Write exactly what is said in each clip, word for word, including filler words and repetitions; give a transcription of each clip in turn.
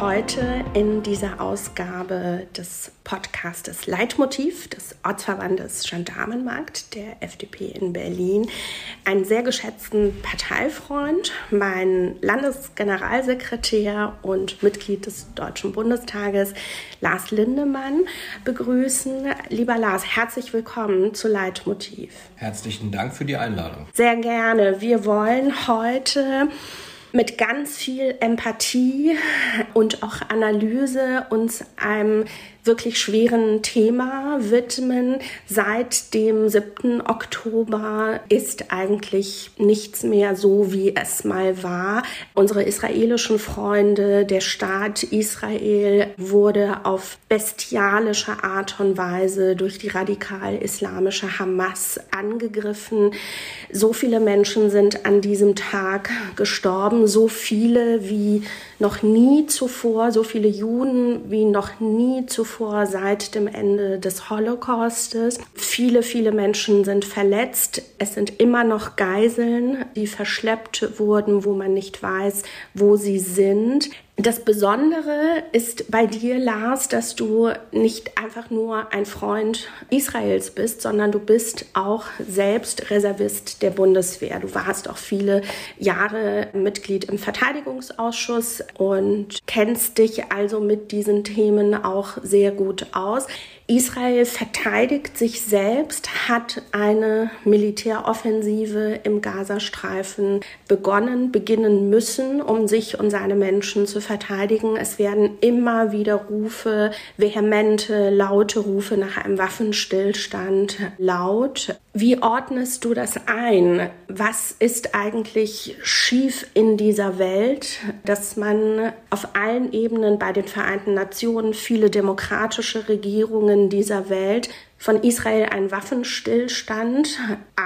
Heute in dieser Ausgabe des Podcastes Leitmotiv des Ortsverbandes Gendarmenmarkt der F D P in Berlin einen sehr geschätzten Parteifreund, meinen Landesgeneralsekretär und Mitglied des Deutschen Bundestages, Lars Lindemann, begrüßen. Lieber Lars, herzlich willkommen zu Leitmotiv. Herzlichen Dank für die Einladung. Sehr gerne. Wir wollen heute mit ganz viel Empathie und auch Analyse uns einem wirklich schweren Thema widmen. Seit dem siebten Oktober ist eigentlich nichts mehr so, wie es mal war. Unsere israelischen Freunde, der Staat Israel wurde auf bestialische Art und Weise durch die radikal-islamische Hamas angegriffen. So viele Menschen sind an diesem Tag gestorben, so viele wie noch nie zuvor, so viele Juden wie noch nie zuvor seit dem Ende des Holocaustes. Viele, viele Menschen sind verletzt. Es sind immer noch Geiseln, die verschleppt wurden, wo man nicht weiß, wo sie sind. Das Besondere ist bei dir, Lars, dass du nicht einfach nur ein Freund Israels bist, sondern du bist auch selbst Reservist der Bundeswehr. Du warst auch viele Jahre Mitglied im Verteidigungsausschuss und kennst dich also mit diesen Themen auch sehr gut aus. Israel verteidigt sich selbst, hat eine Militäroffensive im Gazastreifen begonnen, beginnen müssen, um sich und seine Menschen zu verteidigen. Es werden immer wieder Rufe, vehemente, laute Rufe nach einem Waffenstillstand laut. Wie ordnest du das ein? Was ist eigentlich schief in dieser Welt, dass man auf allen Ebenen bei den Vereinten Nationen, viele demokratische Regierungen dieser Welt von Israel einen Waffenstillstand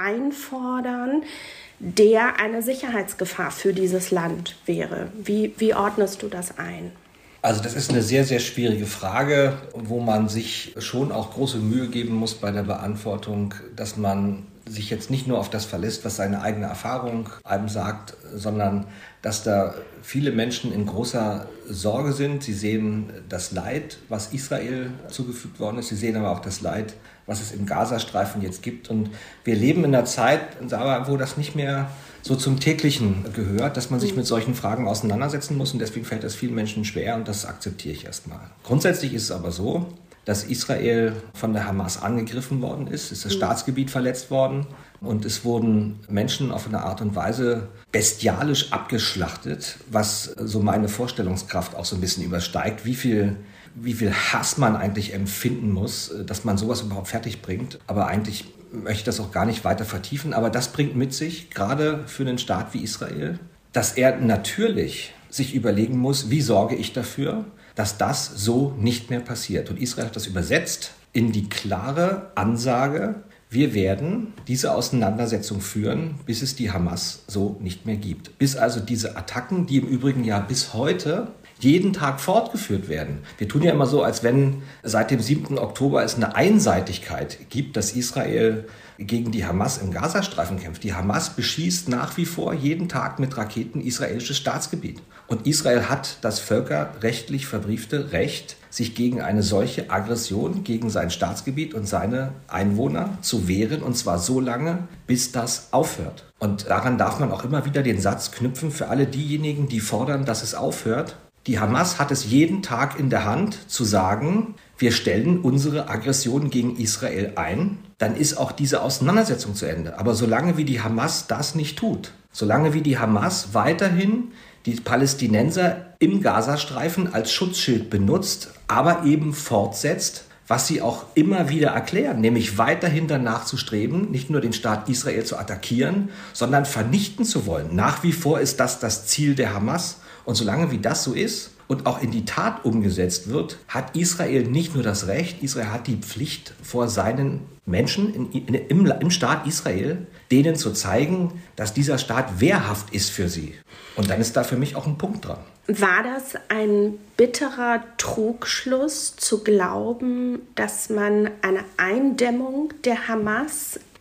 einfordern, der eine Sicherheitsgefahr für dieses Land wäre? Wie, wie ordnest du das ein? Also das ist eine sehr, sehr schwierige Frage, wo man sich schon auch große Mühe geben muss bei der Beantwortung, dass man sich jetzt nicht nur auf das verlässt, was seine eigene Erfahrung einem sagt, sondern dass da viele Menschen in großer Sorge sind. Sie sehen das Leid, was Israel zugefügt worden ist. Sie sehen aber auch das Leid, was es im Gazastreifen jetzt gibt. Und wir leben in einer Zeit, wo das nicht mehr so zum Täglichen gehört, dass man sich mit solchen Fragen auseinandersetzen muss. Und deswegen fällt das vielen Menschen schwer und das akzeptiere ich erstmal. Grundsätzlich ist es aber so, dass Israel von der Hamas angegriffen worden ist. Es ist das Staatsgebiet verletzt worden und es wurden Menschen auf eine Art und Weise bestialisch abgeschlachtet, was so meine Vorstellungskraft auch so ein bisschen übersteigt, wie viel, wie viel Hass man eigentlich empfinden muss, dass man sowas überhaupt fertig bringt. Aber eigentlich möchte ich das auch gar nicht weiter vertiefen. Aber das bringt mit sich, gerade für einen Staat wie Israel, dass er natürlich sich überlegen muss, wie sorge ich dafür, dass das so nicht mehr passiert. Und Israel hat das übersetzt in die klare Ansage, wir werden diese Auseinandersetzung führen, bis es die Hamas so nicht mehr gibt. Bis also diese Attacken, die im Übrigen ja bis heute jeden Tag fortgeführt werden. Wir tun ja immer so, als wenn seit dem siebten Oktober es eine Einseitigkeit gibt, dass Israel gegen die Hamas im Gazastreifen kämpft. Die Hamas beschießt nach wie vor jeden Tag mit Raketen israelisches Staatsgebiet. Und Israel hat das völkerrechtlich verbriefte Recht, sich gegen eine solche Aggression gegen sein Staatsgebiet und seine Einwohner zu wehren, und zwar so lange, bis das aufhört. Und daran darf man auch immer wieder den Satz knüpfen für alle diejenigen, die fordern, dass es aufhört. Die Hamas hat es jeden Tag in der Hand zu sagen, wir stellen unsere Aggression gegen Israel ein, dann ist auch diese Auseinandersetzung zu Ende. Aber solange wie die Hamas das nicht tut, solange wie die Hamas weiterhin die Palästinenser im Gazastreifen als Schutzschild benutzt, aber eben fortsetzt, was sie auch immer wieder erklären, nämlich weiterhin danach zu streben, nicht nur den Staat Israel zu attackieren, sondern vernichten zu wollen. Nach wie vor ist das das Ziel der Hamas. Und solange wie das so ist und auch in die Tat umgesetzt wird, hat Israel nicht nur das Recht, Israel hat die Pflicht vor seinen Menschen in, in, im, im Staat Israel, denen zu zeigen, dass dieser Staat wehrhaft ist für sie. Und dann ist da für mich auch ein Punkt dran. War das ein bitterer Trugschluss zu glauben, dass man eine Eindämmung der Hamas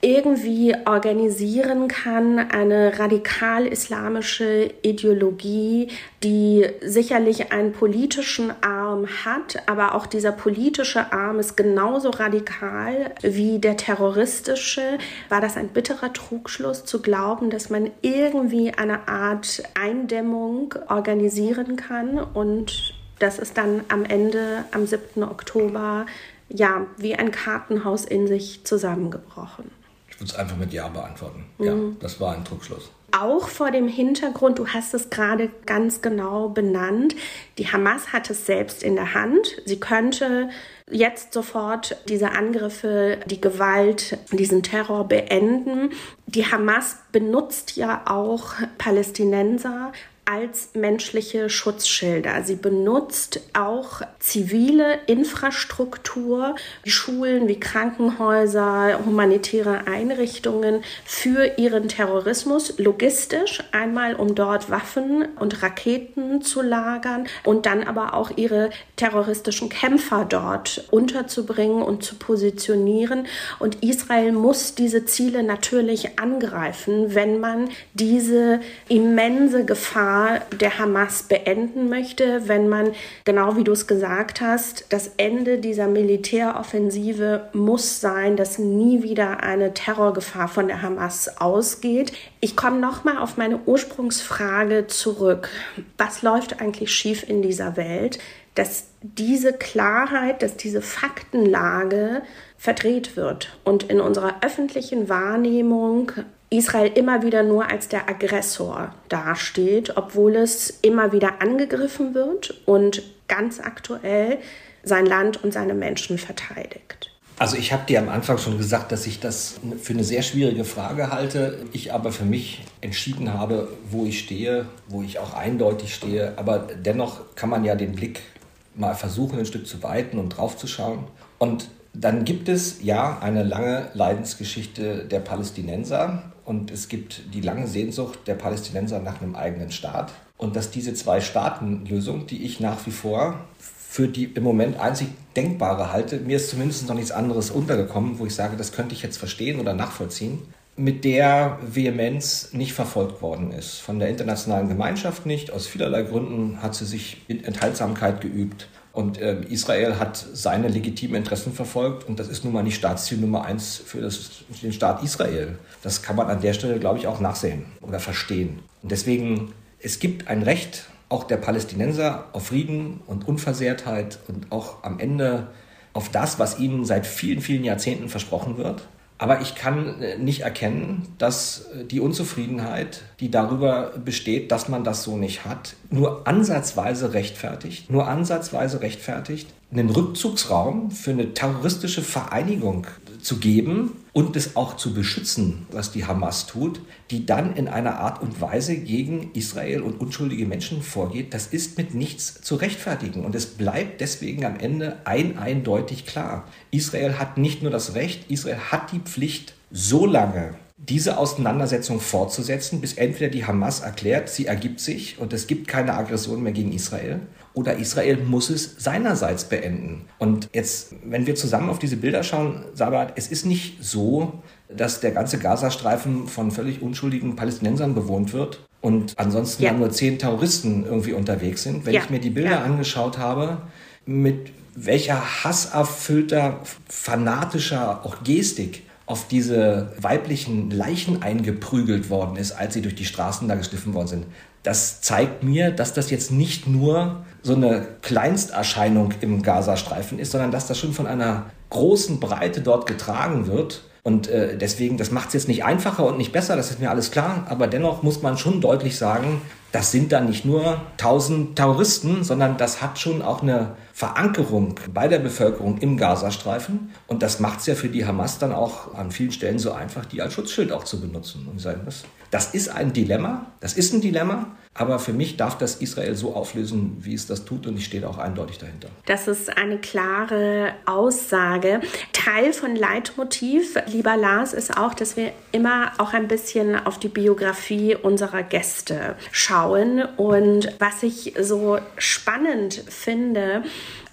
irgendwie organisieren kann, eine radikal-islamische Ideologie, die sicherlich einen politischen Arm hat, aber auch dieser politische Arm ist genauso radikal wie der terroristische. War das ein bitterer Trugschluss zu glauben, dass man irgendwie eine Art Eindämmung organisieren kann und das ist dann am Ende, am siebten Oktober, ja, wie ein Kartenhaus in sich zusammengebrochen? Ich würde es einfach mit Ja beantworten. Ja, mhm. Das war ein Trugschluss. Auch vor dem Hintergrund, du hast es gerade ganz genau benannt, die Hamas hat es selbst in der Hand. Sie könnte jetzt sofort diese Angriffe, die Gewalt, diesen Terror beenden. Die Hamas benutzt ja auch Palästinenser als menschliche Schutzschilder. Sie benutzt auch zivile Infrastruktur, wie Schulen, wie Krankenhäuser, humanitäre Einrichtungen für ihren Terrorismus, logistisch, einmal um dort Waffen und Raketen zu lagern und dann aber auch ihre terroristischen Kämpfer dort unterzubringen und zu positionieren. Und Israel muss diese Ziele natürlich angreifen, wenn man diese immense Gefahr der Hamas beenden möchte, wenn man, genau wie du es gesagt hast, das Ende dieser Militäroffensive muss sein, dass nie wieder eine Terrorgefahr von der Hamas ausgeht. Ich komme nochmal auf meine Ursprungsfrage zurück. Was läuft eigentlich schief in dieser Welt, dass diese Klarheit, dass diese Faktenlage verdreht wird und in unserer öffentlichen Wahrnehmung Israel immer wieder nur als der Aggressor dasteht, obwohl es immer wieder angegriffen wird und ganz aktuell sein Land und seine Menschen verteidigt? Also ich habe dir am Anfang schon gesagt, dass ich das für eine sehr schwierige Frage halte. Ich aber für mich entschieden habe, wo ich stehe, wo ich auch eindeutig stehe. Aber dennoch kann man ja den Blick mal versuchen, ein Stück zu weiten und draufzuschauen. Und dann gibt es ja eine lange Leidensgeschichte der Palästinenser und es gibt die lange Sehnsucht der Palästinenser nach einem eigenen Staat. Und dass diese Zwei-Staaten-Lösung, die ich nach wie vor für die im Moment einzig denkbare halte, mir ist zumindest noch nichts anderes untergekommen, wo ich sage, das könnte ich jetzt verstehen oder nachvollziehen, mit der Vehemenz nicht verfolgt worden ist. Von der internationalen Gemeinschaft nicht. Aus vielerlei Gründen hat sie sich in Enthaltsamkeit geübt. Und äh, Israel hat seine legitimen Interessen verfolgt. Und das ist nun mal nicht Staatsziel Nummer eins für das, den Staat Israel. Das kann man an der Stelle, glaube ich, auch nachsehen oder verstehen. Und deswegen, es gibt ein Recht, auch der Palästinenser, auf Frieden und Unversehrtheit und auch am Ende auf das, was ihnen seit vielen, vielen Jahrzehnten versprochen wird. Aber ich kann nicht erkennen, dass die Unzufriedenheit, die darüber besteht, dass man das so nicht hat, nur ansatzweise rechtfertigt, nur ansatzweise rechtfertigt, einen Rückzugsraum für eine terroristische Vereinigung zu geben und es auch zu beschützen, was die Hamas tut, die dann in einer Art und Weise gegen Israel und unschuldige Menschen vorgeht. Das ist mit nichts zu rechtfertigen. Und es bleibt deswegen am Ende ein eindeutig klar. Israel hat nicht nur das Recht, Israel hat die Pflicht, so lange diese Auseinandersetzung fortzusetzen, bis entweder die Hamas erklärt, sie ergibt sich und es gibt keine Aggression mehr gegen Israel, oder Israel muss es seinerseits beenden. Und jetzt, wenn wir zusammen auf diese Bilder schauen, Sabat, es ist nicht so, dass der ganze Gazastreifen von völlig unschuldigen Palästinensern bewohnt wird und ansonsten ja. nur zehn Terroristen irgendwie unterwegs sind. Wenn ja. ich mir die Bilder ja. angeschaut habe, mit welcher hasserfüllter, fanatischer auch Gestik auf diese weiblichen Leichen eingeprügelt worden ist, als sie durch die Straßen da geschliffen worden sind. Das zeigt mir, dass das jetzt nicht nur so eine Kleinsterscheinung im Gazastreifen ist, sondern dass das schon von einer großen Breite dort getragen wird. Und äh, deswegen, das macht es jetzt nicht einfacher und nicht besser, das ist mir alles klar. Aber dennoch muss man schon deutlich sagen, das sind dann nicht nur tausend Terroristen, sondern das hat schon auch eine Verankerung bei der Bevölkerung im Gazastreifen. Und das macht es ja für die Hamas dann auch an vielen Stellen so einfach, die als Schutzschild auch zu benutzen. Und sagen, das, das ist ein Dilemma, das ist ein Dilemma. Aber für mich darf das Israel so auflösen, wie es das tut. Und ich stehe da auch eindeutig dahinter. Das ist eine klare Aussage. Teil von Leitmotiv, lieber Lars, ist auch, dass wir immer auch ein bisschen auf die Biografie unserer Gäste schauen. Und was ich so spannend finde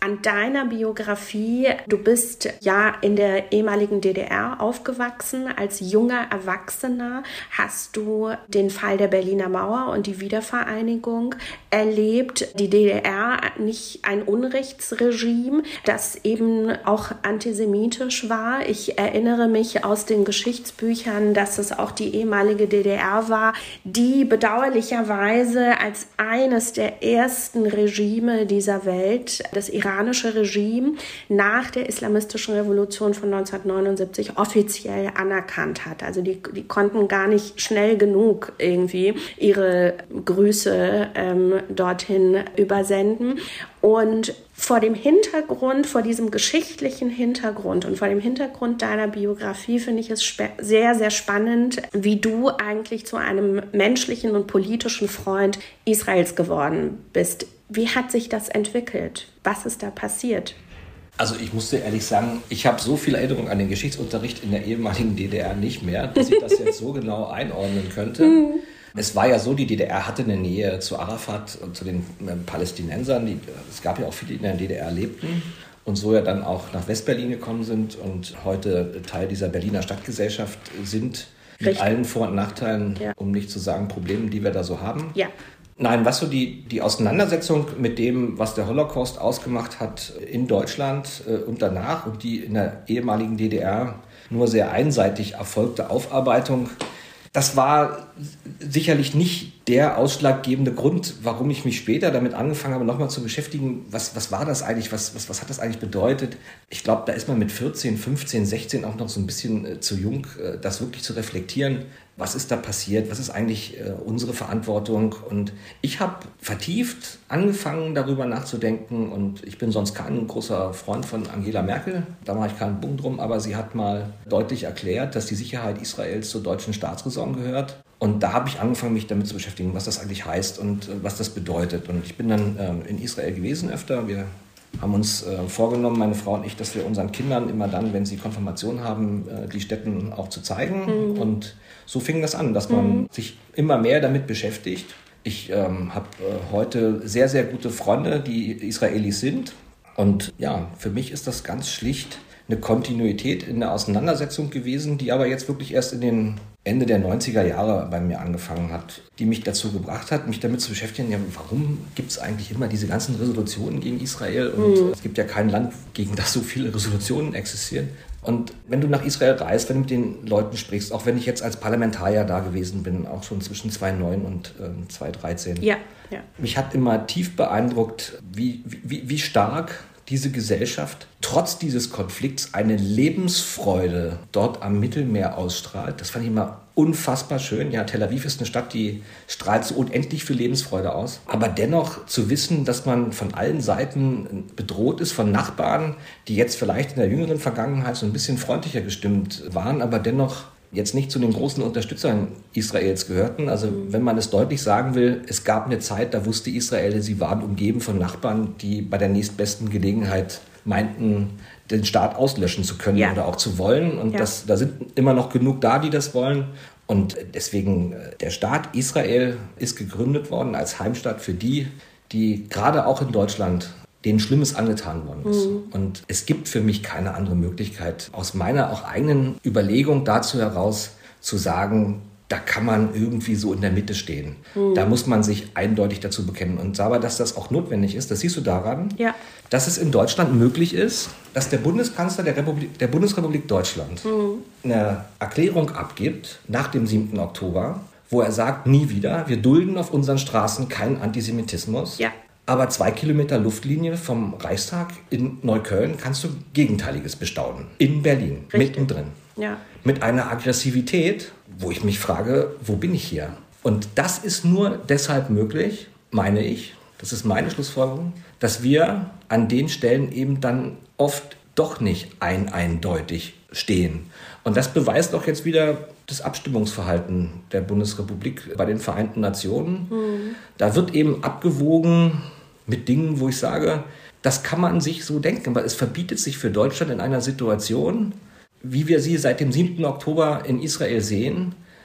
an deiner Biografie. Du bist ja in der ehemaligen D D R aufgewachsen. Als junger Erwachsener hast du den Fall der Berliner Mauer und die Wiedervereinigung erlebt. Die D D R, nicht ein Unrechtsregime, das eben auch antisemitisch war. Ich erinnere mich aus den Geschichtsbüchern, dass es auch die ehemalige D D R war, die bedauerlicherweise als eines der ersten Regime dieser Welt, das iranische Regime, nach der islamistischen Revolution von neunzehnhundertneunundsiebzig offiziell anerkannt hat. Also die, die konnten gar nicht schnell genug irgendwie ihre Grüße ähm, dorthin übersenden. Und vor dem Hintergrund, vor diesem geschichtlichen Hintergrund und vor dem Hintergrund deiner Biografie finde ich es spe- sehr, sehr spannend, wie du eigentlich zu einem menschlichen und politischen Freund Israels geworden bist. Wie hat sich das entwickelt? Was ist da passiert? Also ich musste ehrlich sagen, ich habe so viel Erinnerung an den Geschichtsunterricht in der ehemaligen D D R nicht mehr, dass ich das jetzt so genau einordnen könnte. Mhm. Es war ja so, die D D R hatte eine Nähe zu Arafat und zu den äh, Palästinensern. Die, es gab ja auch viele, die in der D D R lebten und so ja dann auch nach Westberlin gekommen sind und heute Teil dieser Berliner Stadtgesellschaft sind. Mit Richtig. Allen Vor- und Nachteilen, ja. um nicht zu sagen Problemen, die wir da so haben. Ja. Nein, was so die, die Auseinandersetzung mit dem, was der Holocaust ausgemacht hat in Deutschland äh, und danach und die in der ehemaligen D D R nur sehr einseitig erfolgte Aufarbeitung, das war sicherlich nicht der ausschlaggebende Grund, warum ich mich später damit angefangen habe, nochmal zu beschäftigen, was, was war das eigentlich, was, was, was hat das eigentlich bedeutet? Ich glaube, da ist man mit vierzehn, fünfzehn, sechzehn auch noch so ein bisschen äh, zu jung, äh, das wirklich zu reflektieren. Was ist da passiert? Was ist eigentlich äh, unsere Verantwortung? Und ich habe vertieft angefangen, darüber nachzudenken. Und ich bin sonst kein großer Freund von Angela Merkel. Da mache ich keinen Bunn drum. Aber sie hat mal deutlich erklärt, dass die Sicherheit Israels zur deutschen Staatsräson gehört. Und da habe ich angefangen, mich damit zu beschäftigen, was das eigentlich heißt und äh, was das bedeutet. Und ich bin dann äh, in Israel gewesen öfter. Wir haben uns äh, vorgenommen, meine Frau und ich, dass wir unseren Kindern immer dann, wenn sie Konfirmation haben, äh, die Stätten auch zu zeigen. Mhm. Und so fing das an, dass man mhm. sich immer mehr damit beschäftigt. Ich ähm, habe äh, heute sehr, sehr gute Freunde, die Israelis sind. Und ja, für mich ist das ganz schlicht eine Kontinuität in der Auseinandersetzung gewesen, die aber jetzt wirklich erst in den Ende der neunziger Jahre bei mir angefangen hat, die mich dazu gebracht hat, mich damit zu beschäftigen, ja, warum gibt es eigentlich immer diese ganzen Resolutionen gegen Israel? Und mhm. es gibt ja kein Land, gegen das so viele Resolutionen existieren. Und wenn du nach Israel reist, wenn du mit den Leuten sprichst, auch wenn ich jetzt als Parlamentarier da gewesen bin, auch schon zwischen zweitausendneun und ähm, zweitausenddreizehn, ja, ja. mich hat immer tief beeindruckt, wie, wie, wie stark diese Gesellschaft trotz dieses Konflikts eine Lebensfreude dort am Mittelmeer ausstrahlt. Das fand ich immer unfassbar schön. Ja, Tel Aviv ist eine Stadt, die strahlt so unendlich viel Lebensfreude aus. Aber dennoch zu wissen, dass man von allen Seiten bedroht ist, von Nachbarn, die jetzt vielleicht in der jüngeren Vergangenheit so ein bisschen freundlicher gestimmt waren, aber dennoch jetzt nicht zu den großen Unterstützern Israels gehörten. Also wenn man es deutlich sagen will, es gab eine Zeit, da wusste Israel, sie waren umgeben von Nachbarn, die bei der nächstbesten Gelegenheit meinten, den Staat auslöschen zu können ja. oder auch zu wollen. Und ja. das, da sind immer noch genug da, die das wollen. Und deswegen, der Staat Israel ist gegründet worden als Heimstatt für die, die gerade auch in Deutschland denen Schlimmes angetan worden ist. Mhm. Und es gibt für mich keine andere Möglichkeit, aus meiner auch eigenen Überlegung dazu heraus zu sagen, da kann man irgendwie so in der Mitte stehen. Mhm. Da muss man sich eindeutig dazu bekennen. Und aber, dass das auch notwendig ist, das siehst du daran, ja. dass es in Deutschland möglich ist, dass der Bundeskanzler der, Republik, der Bundesrepublik Deutschland mhm. eine Erklärung abgibt nach dem siebten Oktober, wo er sagt, nie wieder, wir dulden auf unseren Straßen keinen Antisemitismus. Ja. Aber zwei Kilometer Luftlinie vom Reichstag in Neukölln kannst du Gegenteiliges bestaunen. In Berlin, Richtig. mittendrin. Ja. Mit einer Aggressivität, wo ich mich frage, wo bin ich hier? Und das ist nur deshalb möglich, meine ich, das ist meine Schlussfolgerung, dass wir an den Stellen eben dann oft doch nicht ein eindeutig stehen. Und das beweist auch jetzt wieder das Abstimmungsverhalten der Bundesrepublik bei den Vereinten Nationen. Mhm. Da wird eben abgewogen mit Dingen, wo ich sage, das kann man sich so denken, aber es verbietet sich für Deutschland in einer Situation, wie wir sie seit dem siebten Oktober in Israel sehen,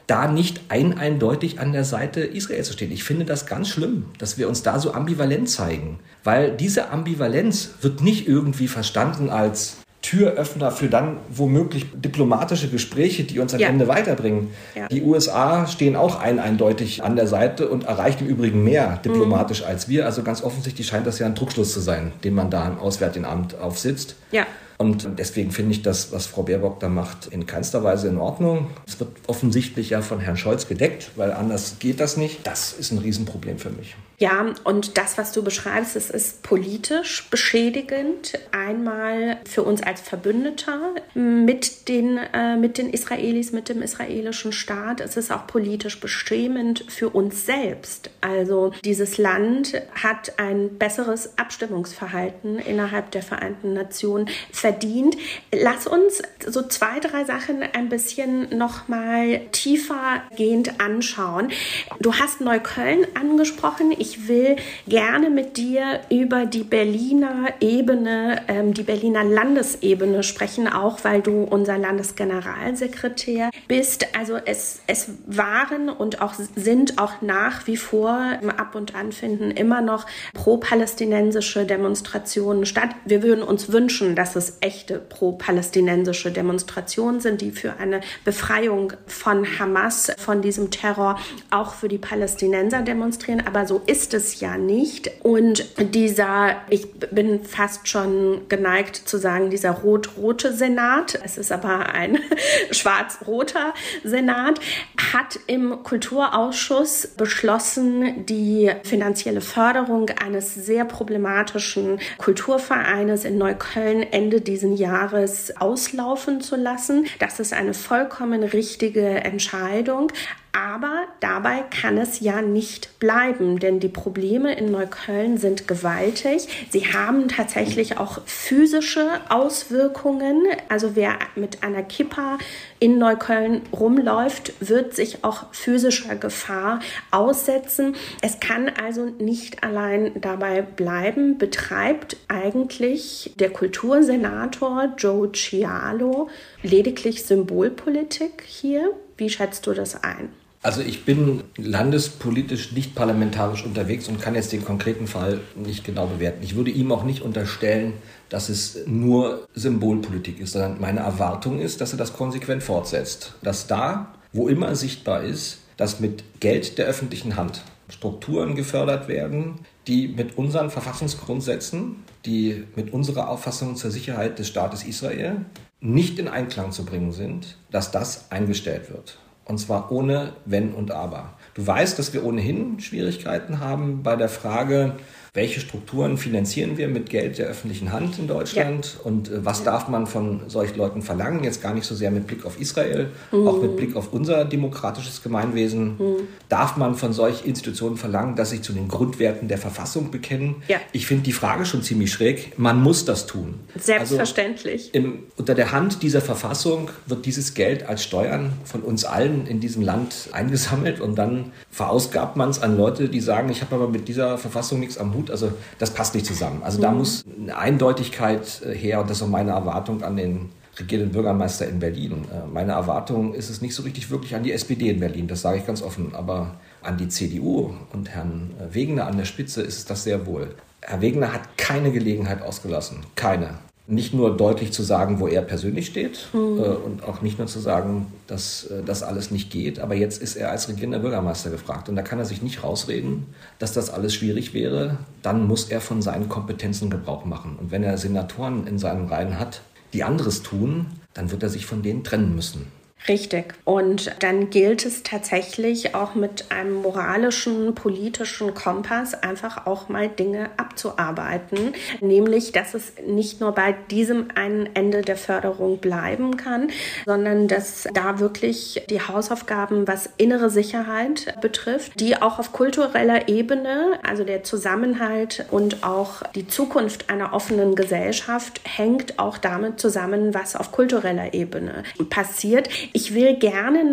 da nicht ein eindeutig an der Seite Israels zu stehen. Ich finde das ganz schlimm, dass wir uns da so ambivalent zeigen, weil diese Ambivalenz wird nicht irgendwie verstanden als Türöffner für dann womöglich diplomatische Gespräche, die uns am ja. Ende weiterbringen. Ja. Die U S A stehen auch ein eindeutig an der Seite und erreichen im Übrigen mehr diplomatisch mhm. als wir. Also ganz offensichtlich scheint das ja ein Trugschluss zu sein, den man da im Auswärtigen Amt aufsitzt. Ja. Und deswegen finde ich das, was Frau Baerbock da macht, in keinster Weise in Ordnung. Es wird offensichtlich ja von Herrn Scholz gedeckt, weil anders geht das nicht. Das ist ein Riesenproblem für mich. Ja, und das, was du beschreibst, es ist politisch beschädigend. Einmal für uns als Verbündeter mit den, äh, mit den Israelis, mit dem israelischen Staat. Es ist auch politisch beschämend für uns selbst. Also dieses Land hat ein besseres Abstimmungsverhalten innerhalb der Vereinten Nationen verdient. Lass uns so zwei, drei Sachen ein bisschen noch mal tiefergehend anschauen. Du hast Neukölln angesprochen. Ich will gerne mit dir über die Berliner Ebene, ähm, die Berliner Landesebene sprechen, auch weil du unser Landesgeneralsekretär bist. Also es, es waren und auch sind auch nach wie vor ab und an finden immer noch pro-palästinensische Demonstrationen statt. Wir würden uns wünschen, dass es echte pro-palästinensische Demonstrationen sind, die für eine Befreiung von Hamas, von diesem Terror, auch für die Palästinenser demonstrieren. Aber so ist es ja nicht. Und dieser, ich bin fast schon geneigt zu sagen, dieser rot-rote Senat, es ist aber ein schwarz-roter Senat, hat im Kulturausschuss beschlossen, die finanzielle Förderung eines sehr problematischen Kulturvereines in Neukölln Ende diesen Jahres auslaufen zu lassen. Das ist eine vollkommen richtige Entscheidung. Aber dabei kann es ja nicht bleiben, denn die Probleme in Neukölln sind gewaltig. Sie haben tatsächlich auch physische Auswirkungen. Also wer mit einer Kippa in Neukölln rumläuft, wird sich auch physischer Gefahr aussetzen. Es kann also nicht allein dabei bleiben, betreibt eigentlich der Kultursenator Joe Cialo lediglich Symbolpolitik hier. Wie schätzt du das ein? Also ich bin landespolitisch nicht parlamentarisch unterwegs und kann jetzt den konkreten Fall nicht genau bewerten. Ich würde ihm auch nicht unterstellen, dass es nur Symbolpolitik ist, sondern meine Erwartung ist, dass er das konsequent fortsetzt. Dass da, wo immer sichtbar ist, dass mit Geld der öffentlichen Hand Strukturen gefördert werden, die mit unseren Verfassungsgrundsätzen, die mit unserer Auffassung zur Sicherheit des Staates Israel nicht in Einklang zu bringen sind, dass das eingestellt wird. Und zwar ohne Wenn und Aber. Du weißt, dass wir ohnehin Schwierigkeiten haben bei der Frage, welche Strukturen finanzieren wir mit Geld der öffentlichen Hand in Deutschland ja. und äh, was ja. darf man von solchen Leuten verlangen? Jetzt gar nicht so sehr mit Blick auf Israel, mhm. auch mit Blick auf unser demokratisches Gemeinwesen. Mhm. Darf man von solchen Institutionen verlangen, dass sie zu den Grundwerten der Verfassung bekennen? Ja. Ich finde die Frage schon ziemlich schräg. Man muss das tun. Selbstverständlich. Also im, unter der Hand dieser Verfassung wird dieses Geld als Steuern von uns allen in diesem Land eingesammelt und dann verausgabt man es an Leute, die sagen, ich habe aber mit dieser Verfassung nichts am Hut. Also das passt nicht zusammen. Also mhm. da muss eine Eindeutigkeit her und das ist auch meine Erwartung an den regierenden Bürgermeister in Berlin. Meine Erwartung ist es nicht so richtig wirklich an die S P D in Berlin, das sage ich ganz offen, aber an die C D U und Herrn Wegener an der Spitze ist es das sehr wohl. Herr Wegener hat keine Gelegenheit ausgelassen, keine. Nicht nur deutlich zu sagen, wo er persönlich steht mhm. äh, und auch nicht nur zu sagen, dass äh, das alles nicht geht. Aber jetzt ist er als regierender Bürgermeister gefragt und da kann er sich nicht rausreden, dass das alles schwierig wäre. Dann muss er von seinen Kompetenzen Gebrauch machen. Und wenn er Senatoren in seinen Reihen hat, die anderes tun, dann wird er sich von denen trennen müssen. Richtig. Und dann gilt es tatsächlich auch mit einem moralischen, politischen Kompass einfach auch mal Dinge abzuarbeiten. Nämlich, dass es nicht nur bei diesem einen Ende der Förderung bleiben kann, sondern dass da wirklich die Hausaufgaben, was innere Sicherheit betrifft, die auch auf kultureller Ebene, also der Zusammenhalt und auch die Zukunft einer offenen Gesellschaft, hängt auch damit zusammen, was auf kultureller Ebene passiert. Ich will gerne noch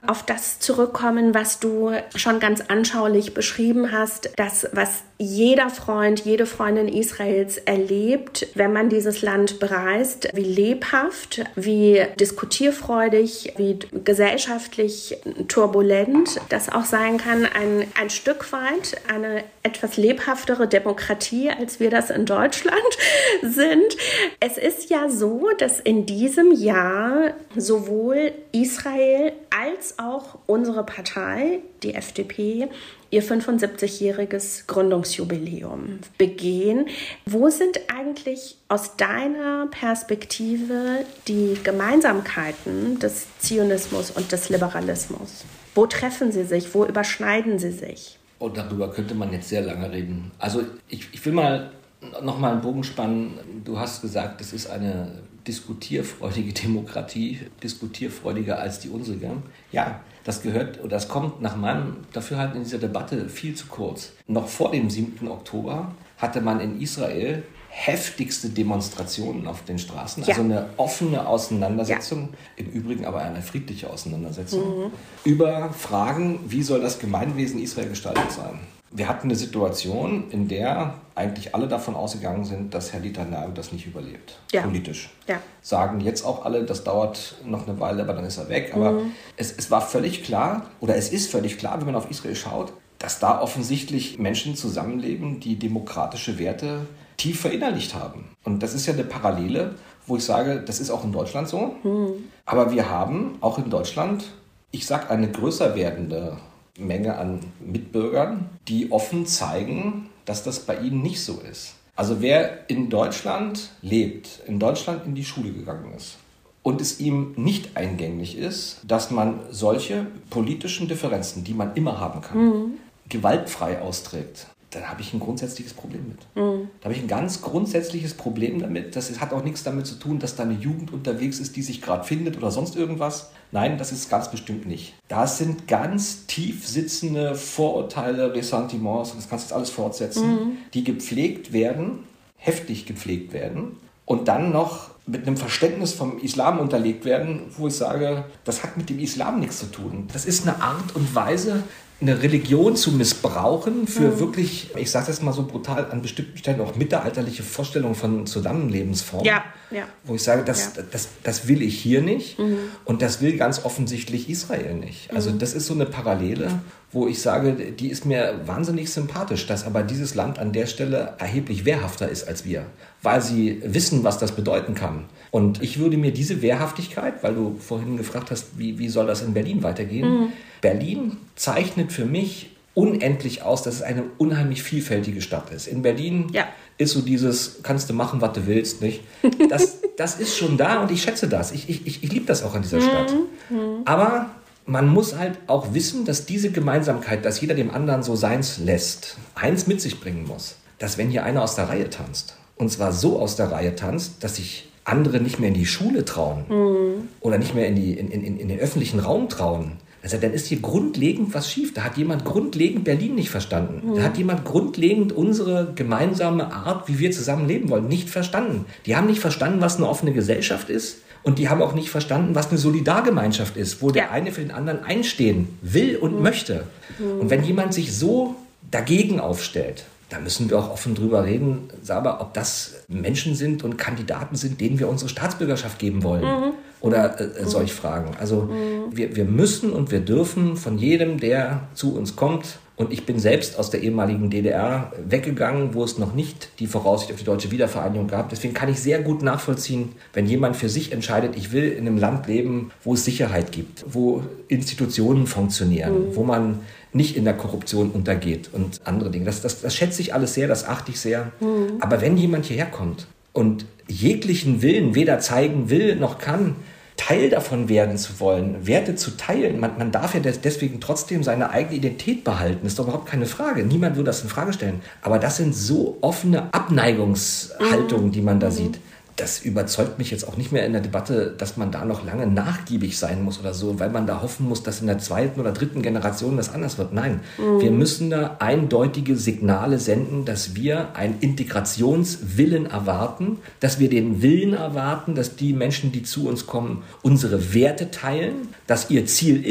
auf das zurückkommen, was du schon ganz anschaulich beschrieben hast, das, was jeder Freund, jede Freundin Israels erlebt, wenn man dieses Land bereist, wie lebhaft, wie diskutierfreudig, wie gesellschaftlich turbulent das auch sein kann, ein, ein Stück weit eine etwas lebhaftere Demokratie, als wir das in Deutschland sind. Es ist ja so, dass in diesem Jahr sowohl Israel als auch unsere Partei, die F D P, ihr fünfundsiebzigjähriges Gründungsjubiläum begehen. Wo sind eigentlich aus deiner Perspektive die Gemeinsamkeiten des Zionismus und des Liberalismus? Wo treffen sie sich? Wo überschneiden sie sich? Und darüber könnte man jetzt sehr lange reden. Also ich, ich will mal noch mal einen Bogen spannen. Du hast gesagt, es ist eine diskutierfreudige Demokratie, diskutierfreudiger als die unsere. Ja, das gehört oder das kommt nach meinem Dafürhalten in dieser Debatte viel zu kurz. Noch vor dem siebten Oktober hatte man in Israel heftigste Demonstrationen auf den Straßen, ja. Also eine offene Auseinandersetzung, ja. Im Übrigen aber eine friedliche Auseinandersetzung, mhm. über Fragen, wie soll das Gemeinwesen Israel gestaltet sein. Wir hatten eine Situation, in der eigentlich alle davon ausgegangen sind, dass Herr Netanyahu das nicht überlebt, ja. Politisch. Ja. Sagen jetzt auch alle, das dauert noch eine Weile, aber dann ist er weg. Aber mhm. es, es war völlig klar, oder es ist völlig klar, wenn man auf Israel schaut, dass da offensichtlich Menschen zusammenleben, die demokratische Werte tief verinnerlicht haben. Und das ist ja eine Parallele, wo ich sage, das ist auch in Deutschland so. Mhm. Aber wir haben auch in Deutschland, ich sage, eine größer werdende Menge an Mitbürgern, die offen zeigen, dass das bei ihnen nicht so ist. Also wer in Deutschland lebt, in Deutschland in die Schule gegangen ist und es ihm nicht eingänglich ist, dass man solche politischen Differenzen, die man immer haben kann, mhm. gewaltfrei austrägt, dann habe ich ein grundsätzliches Problem mit. Mhm. Da habe ich ein ganz grundsätzliches Problem damit. Das hat auch nichts damit zu tun, dass da eine Jugend unterwegs ist, die sich gerade findet oder sonst irgendwas. Nein, das ist ganz bestimmt nicht. Da sind ganz tief sitzende Vorurteile, Ressentiments, das kannst du jetzt alles fortsetzen, mhm. die gepflegt werden, heftig gepflegt werden und dann noch mit einem Verständnis vom Islam unterlegt werden, wo ich sage, das hat mit dem Islam nichts zu tun. Das ist eine Art und Weise, eine Religion zu missbrauchen für mhm. wirklich, ich sage das mal so brutal, an bestimmten Stellen auch mittelalterliche Vorstellungen von Zusammenlebensformen. Ja, ja. Wo ich sage, das, ja. das, das will ich hier nicht mhm. und das will ganz offensichtlich Israel nicht. Also mhm. das ist so eine Parallele, wo ich sage, die ist mir wahnsinnig sympathisch, dass aber dieses Land an der Stelle erheblich wehrhafter ist als wir, weil sie wissen, was das bedeuten kann. Und ich würde mir diese Wehrhaftigkeit, weil du vorhin gefragt hast, wie, wie soll das in Berlin weitergehen? Mhm. Berlin zeichnet für mich unendlich aus, dass es eine unheimlich vielfältige Stadt ist. In Berlin ja. ist so dieses, kannst du machen, was du willst, nicht? Das, das ist schon da und ich schätze das. Ich, ich, ich, ich liebe das auch an dieser Stadt. Mhm. Aber man muss halt auch wissen, dass diese Gemeinsamkeit, dass jeder dem anderen so seins lässt, eins mit sich bringen muss. Dass wenn hier einer aus der Reihe tanzt, und zwar so aus der Reihe tanzt, dass sich andere nicht mehr in die Schule trauen mhm. oder nicht mehr in, die, in, in, in den öffentlichen Raum trauen, also dann ist hier grundlegend was schief. Da hat jemand grundlegend Berlin nicht verstanden. Mhm. Da hat jemand grundlegend unsere gemeinsame Art, wie wir zusammen leben wollen, nicht verstanden. Die haben nicht verstanden, was eine offene Gesellschaft ist. Und die haben auch nicht verstanden, was eine Solidargemeinschaft ist, wo ja. der eine für den anderen einstehen will und mhm. möchte. Mhm. Und wenn jemand sich so dagegen aufstellt, da müssen wir auch offen drüber reden, Saba, ob das Menschen sind und Kandidaten sind, denen wir unsere Staatsbürgerschaft geben wollen. Mhm. Oder äh, solch Fragen. Also mhm. wir, wir müssen und wir dürfen von jedem, der zu uns kommt, und ich bin selbst aus der ehemaligen D D R weggegangen, wo es noch nicht die Voraussicht auf die deutsche Wiedervereinigung gab. Deswegen kann ich sehr gut nachvollziehen, wenn jemand für sich entscheidet, ich will in einem Land leben, wo es Sicherheit gibt, wo Institutionen funktionieren, mhm. wo man nicht in der Korruption untergeht und andere Dinge. Das, das, das schätze ich alles sehr, das achte ich sehr. Mhm. Aber wenn jemand hierher kommt und jeglichen Willen weder zeigen will noch kann, Teil davon werden zu wollen, Werte zu teilen. Man, man darf ja deswegen trotzdem seine eigene Identität behalten. Ist doch überhaupt keine Frage. Niemand würde das in Frage stellen. Aber das sind so offene Abneigungshaltungen, mhm. die man da mhm. sieht. Das überzeugt mich jetzt auch nicht mehr in der Debatte, dass man da noch lange nachgiebig sein muss oder so, weil man da hoffen muss, dass in der zweiten oder dritten Generation das anders wird. Nein, mhm. wir müssen da eindeutige Signale senden, dass wir einen Integrationswillen erwarten, dass wir den Willen erwarten, dass die Menschen, die zu uns kommen, unsere Werte teilen, dass ihr Ziel ist,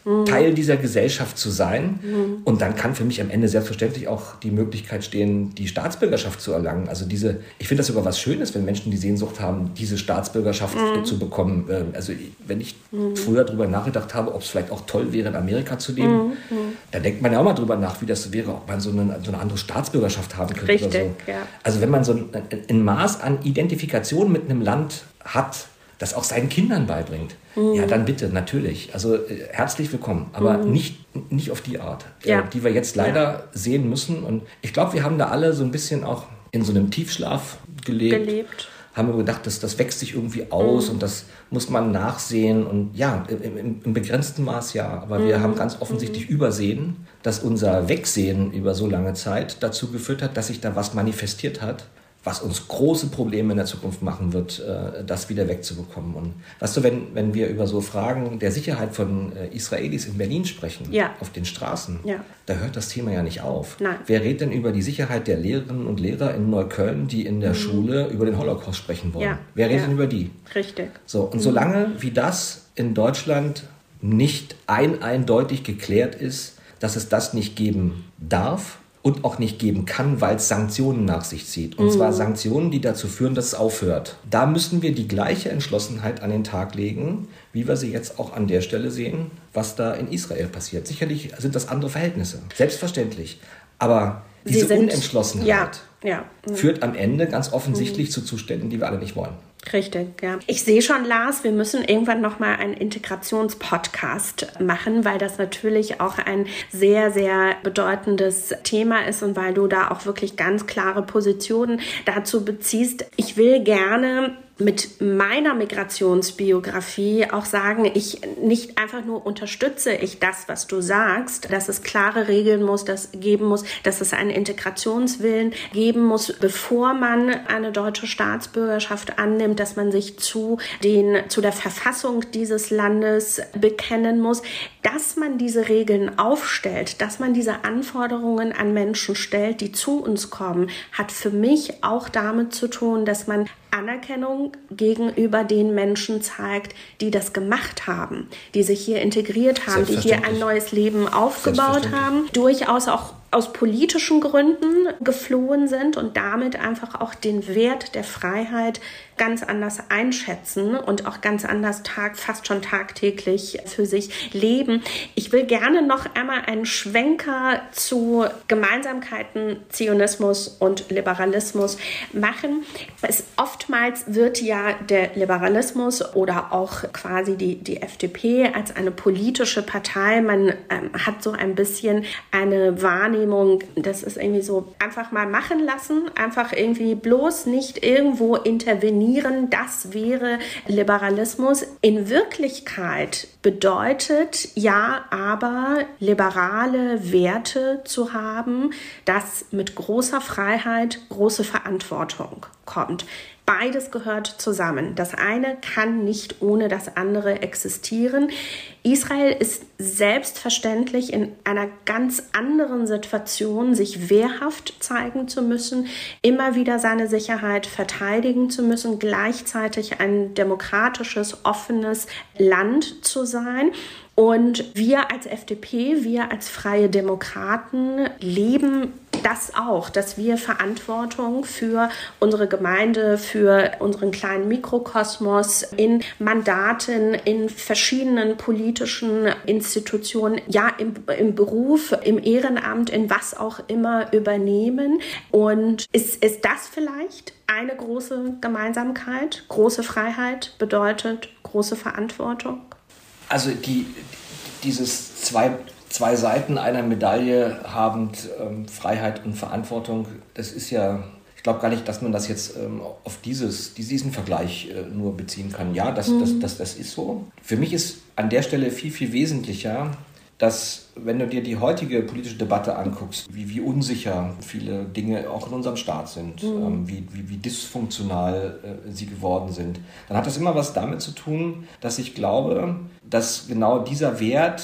mhm. Teil dieser Gesellschaft zu sein. Mhm. Und dann kann für mich am Ende selbstverständlich auch die Möglichkeit stehen, die Staatsbürgerschaft zu erlangen. Also diese, ich finde das sogar was Schönes, wenn Menschen die Sehnsucht haben, diese Staatsbürgerschaft mhm. zu bekommen. Also wenn ich mhm. früher darüber nachgedacht habe, ob es vielleicht auch toll wäre, in Amerika zu leben, mhm. da denkt man ja auch mal drüber nach, wie das wäre, ob man so eine, so eine andere Staatsbürgerschaft haben könnte. Richtig, oder so. Ja. Also wenn man so ein, ein Maß an Identifikation mit einem Land hat, das auch seinen Kindern beibringt, mhm. ja, dann bitte, natürlich. Also äh, herzlich willkommen, aber mhm. nicht, nicht auf die Art, ja. äh, die wir jetzt leider ja. sehen müssen. Und ich glaube, wir haben da alle so ein bisschen auch in so einem Tiefschlaf gelebt. gelebt. Haben wir gedacht, das, das wächst sich irgendwie aus mhm. und das muss man nachsehen. Und ja, im, im begrenzten Maß ja. Aber mhm. wir haben ganz offensichtlich mhm. übersehen, dass unser Wegsehen über so lange Zeit dazu geführt hat, dass sich da was manifestiert hat, was uns große Probleme in der Zukunft machen wird, das wieder wegzubekommen. Und weißt du, wenn, wenn wir über so Fragen der Sicherheit von Israelis in Berlin sprechen, ja. auf den Straßen, ja. da hört das Thema ja nicht auf. Nein. Wer redet denn über die Sicherheit der Lehrerinnen und Lehrer in Neukölln, die in der mhm. Schule über den Holocaust sprechen wollen? Ja. Wer redet ja. denn über die? Richtig. So, und mhm. solange wie das in Deutschland nicht ein eindeutig geklärt ist, dass es das nicht geben darf, und auch nicht geben kann, weil es Sanktionen nach sich zieht. Und mhm. zwar Sanktionen, die dazu führen, dass es aufhört. Da müssen wir die gleiche Entschlossenheit an den Tag legen, wie wir sie jetzt auch an der Stelle sehen, was da in Israel passiert. Sicherlich sind das andere Verhältnisse, selbstverständlich. Aber diese sind, Unentschlossenheit ja, ja. Mhm. führt am Ende ganz offensichtlich mhm. zu Zuständen, die wir alle nicht wollen. Richtig, ja. Ich sehe schon, Lars, wir müssen irgendwann nochmal einen Integrationspodcast machen, weil das natürlich auch ein sehr, sehr bedeutendes Thema ist und weil du da auch wirklich ganz klare Positionen dazu beziehst. Ich will gerne mit meiner Migrationsbiografie auch sagen, ich nicht einfach nur unterstütze ich das, was du sagst, dass es klare Regeln muss, das geben muss, dass es einen Integrationswillen geben muss, bevor man eine deutsche Staatsbürgerschaft annimmt, dass man sich zu den, zu der Verfassung dieses Landes bekennen muss, dass man diese Regeln aufstellt, dass man diese Anforderungen an Menschen stellt, die zu uns kommen, hat für mich auch damit zu tun, dass man Anerkennung gegenüber den Menschen zeigt, die das gemacht haben, die sich hier integriert haben, die hier ein neues Leben aufgebaut haben, durchaus auch aus politischen Gründen geflohen sind und damit einfach auch den Wert der Freiheit ganz anders einschätzen und auch ganz anders tag, fast schon tagtäglich für sich leben. Ich will gerne noch einmal einen Schwenker zu Gemeinsamkeiten Zionismus und Liberalismus machen. Es, oftmals wird ja der Liberalismus oder auch quasi die, die F D P als eine politische Partei, man ähm, hat so ein bisschen eine Wahrnehmung, das ist irgendwie so einfach mal machen lassen, einfach irgendwie bloß nicht irgendwo intervenieren. Das wäre Liberalismus. In Wirklichkeit bedeutet ja aber liberale Werte zu haben, das mit großer Freiheit große Verantwortung kommt. Beides gehört zusammen. Das eine kann nicht ohne das andere existieren. Israel ist selbstverständlich in einer ganz anderen Situation, sich wehrhaft zeigen zu müssen, immer wieder seine Sicherheit verteidigen zu müssen, gleichzeitig ein demokratisches, offenes Land zu sein. Und wir als F D P, wir als Freie Demokraten leben das auch, dass wir Verantwortung für unsere Gemeinde, für unseren kleinen Mikrokosmos in Mandaten, in verschiedenen politischen Institutionen, ja im, im Beruf, im Ehrenamt, in was auch immer übernehmen. Und ist, ist das vielleicht eine große Gemeinsamkeit? Große Freiheit bedeutet große Verantwortung? Also die, dieses zwei, zwei Seiten einer Medaille habend, ähm, Freiheit und Verantwortung, das ist ja, ich glaube gar nicht, dass man das jetzt ähm, auf dieses, diesen Vergleich äh, nur beziehen kann. Ja, das, mhm. das, das, das ist so. Für mich ist an der Stelle viel, viel wesentlicher, dass, wenn du dir die heutige politische Debatte anguckst, wie, wie unsicher viele Dinge auch in unserem Staat sind, mhm. ähm, wie, wie, wie dysfunktional äh, sie geworden sind, dann hat das immer was damit zu tun, dass ich glaube, dass genau dieser Wert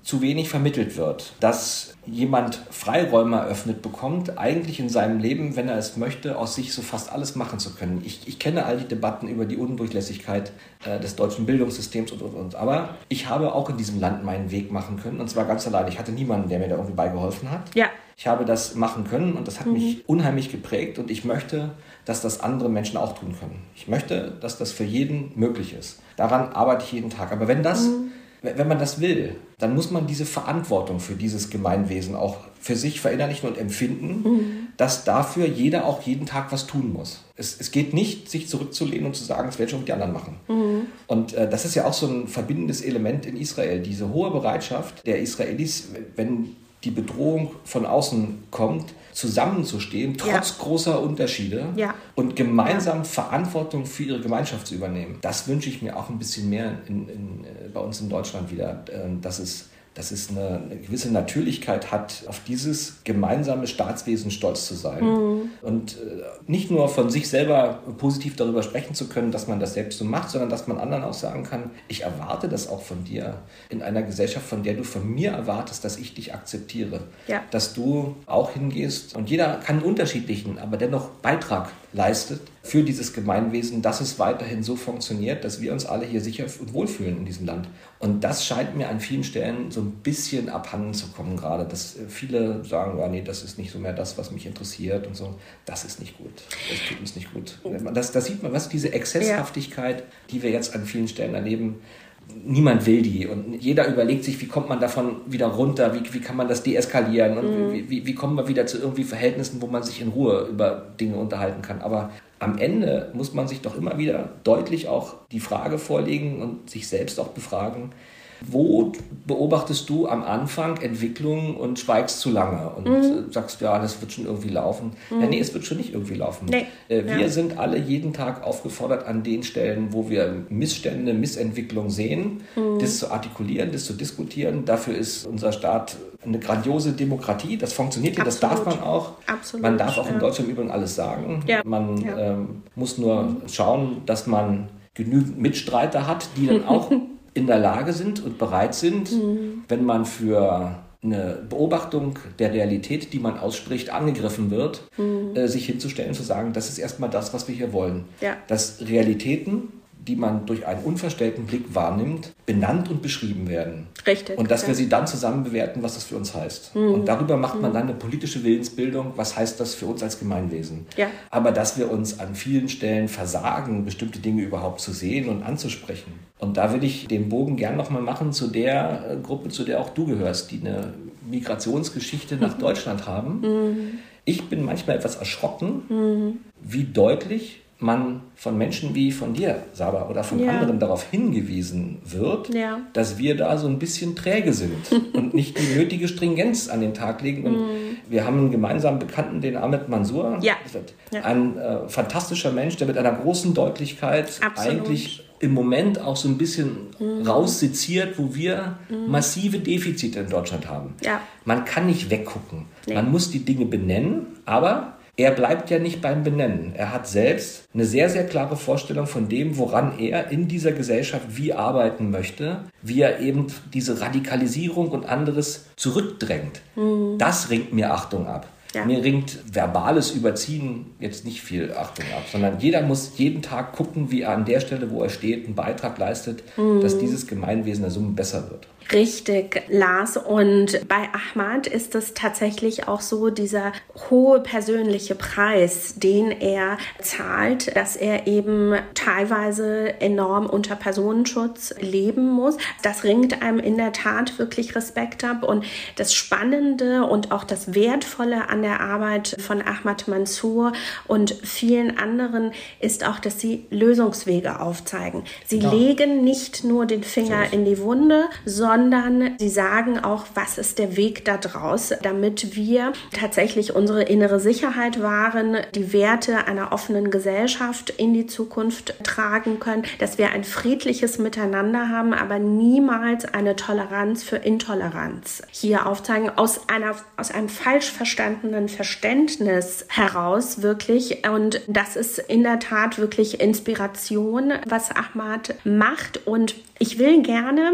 zu wenig vermittelt wird, dass jemand Freiräume eröffnet bekommt, eigentlich in seinem Leben, wenn er es möchte, aus sich so fast alles machen zu können. Ich, ich kenne all die Debatten über die Undurchlässigkeit äh, des deutschen Bildungssystems und, und, und. Aber ich habe auch in diesem Land meinen Weg machen können, und zwar ganz allein. Ich hatte niemanden, der mir da irgendwie beigeholfen hat. Ja. Ich habe das machen können und das hat mhm. mich unheimlich geprägt, und ich möchte, dass das andere Menschen auch tun können. Ich möchte, dass das für jeden möglich ist. Daran arbeite ich jeden Tag. Aber wenn das... Mhm. Wenn man das will, dann muss man diese Verantwortung für dieses Gemeinwesen auch für sich verinnerlichen und empfinden, mhm. dass dafür jeder auch jeden Tag was tun muss. Es, es geht nicht, sich zurückzulehnen und zu sagen, es werden schon die anderen machen. Mhm. Und äh, das ist ja auch so ein verbindendes Element in Israel, diese hohe Bereitschaft der Israelis, wenn die Bedrohung von außen kommt, zusammenzustehen, trotz ja. großer Unterschiede ja. und gemeinsam ja. Verantwortung für ihre Gemeinschaft zu übernehmen. Das wünsche ich mir auch ein bisschen mehr in, in, bei uns in Deutschland wieder, dass es, dass es eine, eine gewisse Natürlichkeit hat, auf dieses gemeinsame Staatswesen stolz zu sein. Mhm. Und nicht nur von sich selber positiv darüber sprechen zu können, dass man das selbst so macht, sondern dass man anderen auch sagen kann, ich erwarte das auch von dir in einer Gesellschaft, von der du von mir erwartest, dass ich dich akzeptiere. Ja. Dass du auch hingehst, und jeder kann einen unterschiedlichen, aber dennoch Beitrag leistet für dieses Gemeinwesen, dass es weiterhin so funktioniert, dass wir uns alle hier sicher und wohlfühlen in diesem Land. Und das scheint mir an vielen Stellen so ein bisschen abhanden zu kommen gerade, dass viele sagen, oh nee, das ist nicht so mehr das, was mich interessiert und so. Das ist nicht gut. Das tut uns nicht gut. Das, das sieht man, was diese Exzesshaftigkeit, die wir jetzt an vielen Stellen erleben, niemand will die, und jeder überlegt sich, wie kommt man davon wieder runter, wie, wie kann man das deeskalieren und mm. wie, wie, wie kommen wir wieder zu irgendwie Verhältnissen, wo man sich in Ruhe über Dinge unterhalten kann. Aber am Ende muss man sich doch immer wieder deutlich auch die Frage vorlegen und sich selbst auch befragen, wo beobachtest du am Anfang Entwicklung und schweigst zu lange und mhm. sagst, ja, das wird schon irgendwie laufen. Mhm. Ja, nee, es wird schon nicht irgendwie laufen. Nee. Äh, wir ja. sind alle jeden Tag aufgefordert, an den Stellen, wo wir Missstände, Missentwicklung sehen, mhm. das zu artikulieren, das zu diskutieren. Dafür ist unser Staat eine grandiose Demokratie. Das funktioniert ja, das darf man auch. Absolut, man darf auch ja. in Deutschland im Übrigen alles sagen. Ja. Man ja. Ähm, muss nur mhm. schauen, dass man genügend Mitstreiter hat, die dann auch in der Lage sind und bereit sind, mhm. wenn man für eine Beobachtung der Realität, die man ausspricht, angegriffen wird, mhm. äh, sich hinzustellen und zu sagen, das ist erstmal das, was wir hier wollen. Ja. Dass Realitäten, die man durch einen unverstellten Blick wahrnimmt, benannt und beschrieben werden. Richtig. Und dass ja. wir sie dann zusammen bewerten, was das für uns heißt. Mhm. Und darüber macht man dann eine politische Willensbildung, was heißt das für uns als Gemeinwesen. Ja. Aber dass wir uns an vielen Stellen versagen, bestimmte Dinge überhaupt zu sehen und anzusprechen. Und da will ich den Bogen gern nochmal machen zu der Gruppe, zu der auch du gehörst, die eine Migrationsgeschichte nach Deutschland haben. Mhm. Ich bin manchmal etwas erschrocken, mhm. wie deutlich man von Menschen wie von dir, Saba, oder von ja. anderen darauf hingewiesen wird, ja. dass wir da so ein bisschen träge sind und nicht die nötige Stringenz an den Tag legen. Und mm. wir haben einen gemeinsamen Bekannten, den Ahmed Mansour, ja. Ja. ein äh, fantastischer Mensch, der mit einer großen Deutlichkeit Absolut. eigentlich im Moment auch so ein bisschen mhm. rausseziert, wo wir mhm. massive Defizite in Deutschland haben. Ja. Man kann nicht weggucken. Nee. Man muss die Dinge benennen, aber er bleibt ja nicht beim Benennen. Er hat selbst eine sehr, sehr klare Vorstellung von dem, woran er in dieser Gesellschaft wie arbeiten möchte, wie er eben diese Radikalisierung und anderes zurückdrängt. Mhm. Das ringt mir Achtung ab. Ja. Mir ringt verbales Überziehen jetzt nicht viel Achtung ab, sondern jeder muss jeden Tag gucken, wie er an der Stelle, wo er steht, einen Beitrag leistet, mhm. dass dieses Gemeinwesen der Summe besser wird. Richtig, Lars. Und bei Ahmad ist es tatsächlich auch so, dieser hohe persönliche Preis, den er zahlt, dass er eben teilweise enorm unter Personenschutz leben muss. Das ringt einem in der Tat wirklich Respekt ab. Und das Spannende und auch das Wertvolle an der Arbeit von Ahmad Mansour und vielen anderen ist auch, dass sie Lösungswege aufzeigen. Sie ja. legen nicht nur den Finger in die Wunde, sondern sondern sie sagen auch, was ist der Weg da draus, damit wir tatsächlich unsere innere Sicherheit wahren, die Werte einer offenen Gesellschaft in die Zukunft tragen können, dass wir ein friedliches Miteinander haben, aber niemals eine Toleranz für Intoleranz hier aufzeigen, aus einer, aus einem falsch verstandenen Verständnis heraus wirklich. Und das ist in der Tat wirklich Inspiration, was Ahmad macht. Und ich will gerne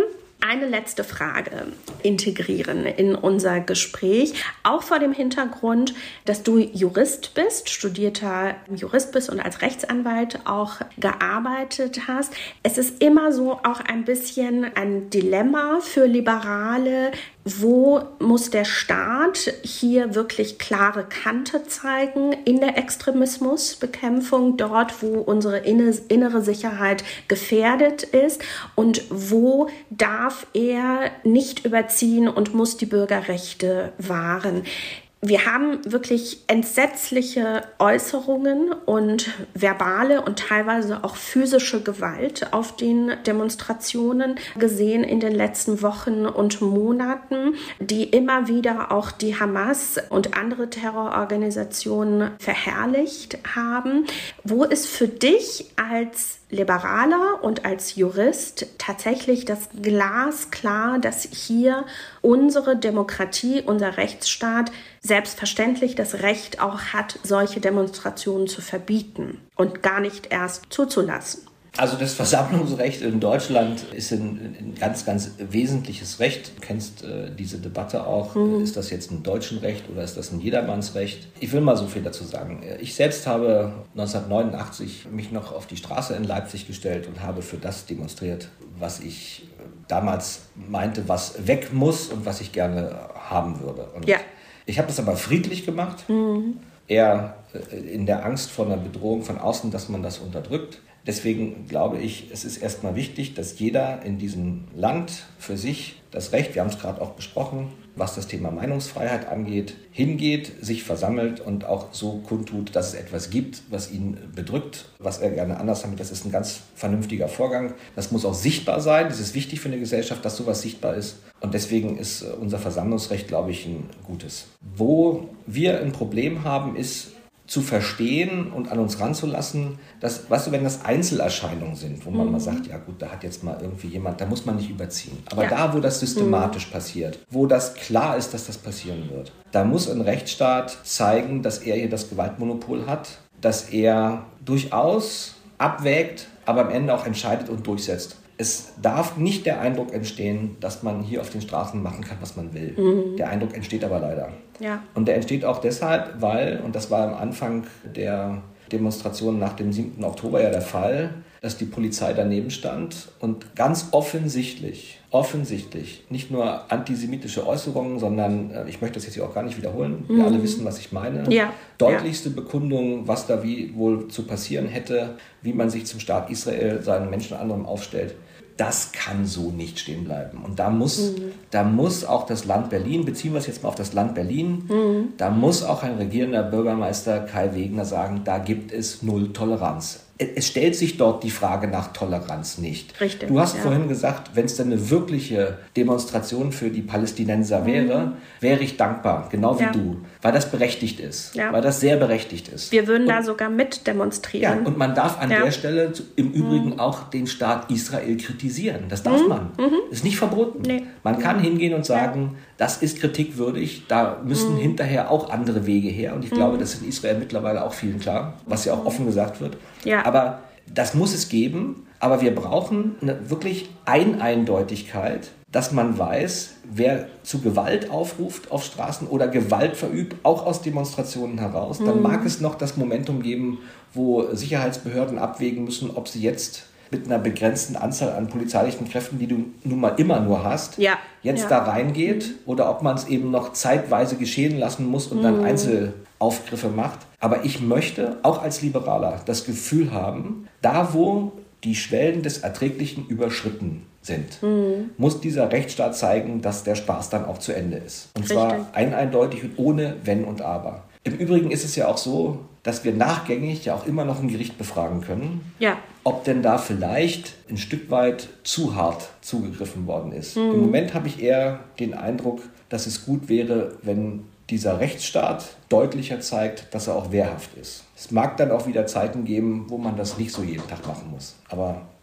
eine letzte Frage integrieren in unser Gespräch, auch vor dem Hintergrund, dass du Jurist bist, studierter Jurist bist und als Rechtsanwalt auch gearbeitet hast. Es ist immer so auch ein bisschen ein Dilemma für Liberale. Wo muss der Staat hier wirklich klare Kante zeigen in der Extremismusbekämpfung, dort, wo unsere innere Sicherheit gefährdet ist? Und wo darf er nicht überziehen und muss die Bürgerrechte wahren? Wir haben wirklich entsetzliche Äußerungen und verbale und teilweise auch physische Gewalt auf den Demonstrationen gesehen in den letzten Wochen und Monaten, die immer wieder auch die Hamas und andere Terrororganisationen verherrlicht haben. Wo ist für dich als Liberaler und als Jurist tatsächlich das glasklar, dass hier unsere Demokratie, unser Rechtsstaat selbstverständlich das Recht auch hat, solche Demonstrationen zu verbieten und gar nicht erst zuzulassen? Also das Versammlungsrecht in Deutschland ist ein, ein ganz, ganz wesentliches Recht. Du kennst äh, diese Debatte auch. Mhm. Ist das jetzt ein deutschen Recht oder ist das ein Jedermannsrecht? Ich will mal so viel dazu sagen. Ich selbst habe neunzehnhundertneunundachtzig mich noch auf die Straße in Leipzig gestellt und habe für das demonstriert, was ich damals meinte, was weg muss und was ich gerne haben würde. Und ja. Ich habe das aber friedlich gemacht, mhm. eher in der Angst vor einer Bedrohung von außen, dass man das unterdrückt. Deswegen glaube ich, es ist erstmal wichtig, dass jeder in diesem Land für sich das Recht, wir haben es gerade auch besprochen, was das Thema Meinungsfreiheit angeht, hingeht, sich versammelt und auch so kundtut, dass es etwas gibt, was ihn bedrückt, was er gerne anders hat. Das ist ein ganz vernünftiger Vorgang. Das muss auch sichtbar sein. Das ist wichtig für eine Gesellschaft, dass sowas sichtbar ist. Und deswegen ist unser Versammlungsrecht, glaube ich, ein gutes. Wo wir ein Problem haben, ist, zu verstehen und an uns ranzulassen, dass, weißt du, wenn das Einzelerscheinungen sind, wo man mhm. mal sagt, ja gut, da hat jetzt mal irgendwie jemand, da muss man nicht überziehen. Aber ja. da, wo das systematisch mhm. passiert, wo das klar ist, dass das passieren wird, da muss ein Rechtsstaat zeigen, dass er hier das Gewaltmonopol hat, dass er durchaus abwägt, aber am Ende auch entscheidet und durchsetzt. Es darf nicht der Eindruck entstehen, dass man hier auf den Straßen machen kann, was man will. Mhm. Der Eindruck entsteht aber leider. Ja. Und der entsteht auch deshalb, weil, und das war am Anfang der Demonstration nach dem siebten Oktober ja der Fall, dass die Polizei daneben stand und ganz offensichtlich, offensichtlich, nicht nur antisemitische Äußerungen, sondern, ich möchte das jetzt hier auch gar nicht wiederholen, mhm. wir alle wissen, was ich meine, ja. deutlichste ja. Bekundungen, was da wie wohl zu passieren hätte, wie man sich zum Staat Israel, seinen Menschen und anderem aufstellt. Das kann so nicht stehen bleiben. Und da muss, mhm. da muss auch das Land Berlin, beziehen wir es jetzt mal auf das Land Berlin, mhm. da muss auch ein regierender Bürgermeister Kai Wegner sagen, da gibt es null Toleranz. Es stellt sich dort die Frage nach Toleranz nicht. Richtig, du hast ja. vorhin gesagt, wenn es denn eine wirkliche Demonstration für die Palästinenser wäre, mhm. wäre ich dankbar, genau wie ja. du, weil das berechtigt ist, ja. weil das sehr berechtigt ist. Wir würden und, da sogar mit demonstrieren. Ja, und man darf an ja. der Stelle im Übrigen mhm. auch den Staat Israel kritisieren. Das darf mhm. man. Mhm. Das ist nicht verboten. Nee. Man kann mhm. hingehen und sagen, ja. das ist kritikwürdig, da müssen mhm. hinterher auch andere Wege her. Und ich mhm. glaube, das ist in Israel mittlerweile auch vielen klar, was ja auch offen gesagt wird. Ja. Aber das muss es geben. Aber wir brauchen eine wirklich Eineindeutigkeit, dass man weiß, wer zu Gewalt aufruft auf Straßen oder Gewalt verübt, auch aus Demonstrationen heraus. Mhm. Dann mag es noch das Momentum geben, wo Sicherheitsbehörden abwägen müssen, ob sie jetzt mit einer begrenzten Anzahl an polizeilichen Kräften, die du nun mal immer nur hast, ja. jetzt ja. da reingeht mhm. oder ob man es eben noch zeitweise geschehen lassen muss und mhm. dann Einzelaufgriffe macht. Aber ich möchte auch als Liberaler das Gefühl haben, da wo die Schwellen des Erträglichen überschritten sind, mhm. muss dieser Rechtsstaat zeigen, dass der Spaß dann auch zu Ende ist. Und Richtig. zwar eindeutig und ohne Wenn und Aber. Im Übrigen ist es ja auch so, dass wir nachgängig ja auch immer noch ein Gericht befragen können, ja. ob denn da vielleicht ein Stück weit zu hart zugegriffen worden ist. Mhm. Im Moment habe ich eher den Eindruck, dass es gut wäre, wenn dieser Rechtsstaat deutlicher zeigt, dass er auch wehrhaft ist. Es mag dann auch wieder Zeiten geben, wo man das nicht so jeden Tag machen muss. Aber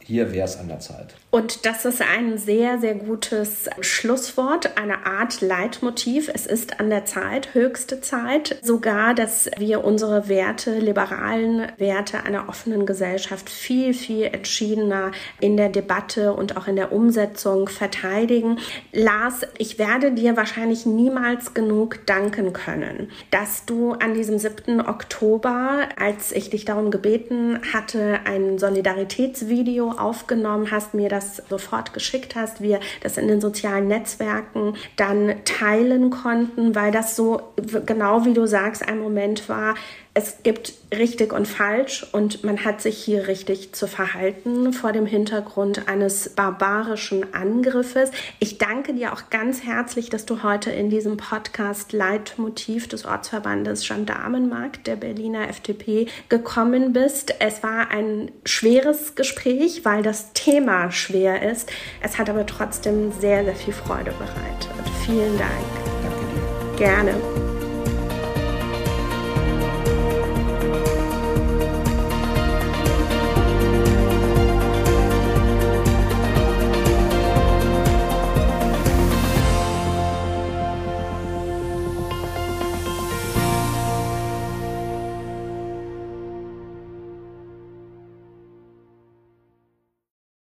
hier wäre es an der Zeit. Und das ist ein sehr, sehr gutes Schlusswort, eine Art Leitmotiv. Es ist an der Zeit, höchste Zeit, sogar, dass wir unsere Werte, liberalen Werte einer offenen Gesellschaft viel, viel entschiedener in der Debatte und auch in der Umsetzung verteidigen. Lars, ich werde dir wahrscheinlich niemals genug danken können, dass du an diesem siebten Oktober, als ich dich darum gebeten hatte, ein Solidaritätsvideo aufgenommen hast, mir das sofort geschickt hast, wir das in den sozialen Netzwerken dann teilen konnten, weil das so, genau wie du sagst, ein Moment war, es gibt richtig und falsch und man hat sich hier richtig zu verhalten vor dem Hintergrund eines barbarischen Angriffes. Ich danke dir auch ganz herzlich, dass du heute in diesem Podcast Leitmotiv des Ortsverbandes Gendarmenmarkt der Berliner F D P gekommen bist. Es war ein schweres Gespräch, weil das Thema schwer ist. Es hat aber trotzdem sehr, sehr viel Freude bereitet. Vielen Dank. Danke dir. Gerne.